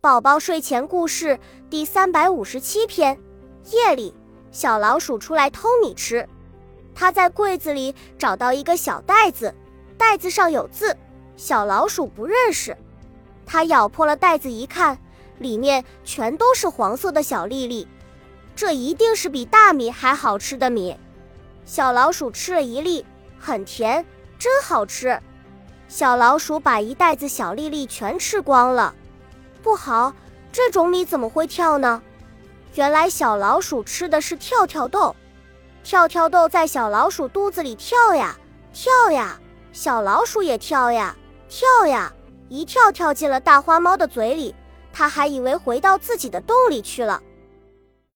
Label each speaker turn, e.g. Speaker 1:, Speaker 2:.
Speaker 1: 宝宝睡前故事第357篇。夜里，小老鼠出来偷米吃。它在柜子里找到一个小袋子，袋子上有字，小老鼠不认识。它咬破了袋子一看，里面全都是黄色的小粒粒，这一定是比大米还好吃的米。小老鼠吃了一粒，很甜，真好吃。小老鼠把一袋子小粒粒全吃光了。不好，这种米怎么会跳呢？原来小老鼠吃的是跳跳豆。跳跳豆在小老鼠肚子里跳呀跳呀，小老鼠也跳呀跳呀，一跳跳进了大花猫的嘴里，它还以为回到自己的洞里去了。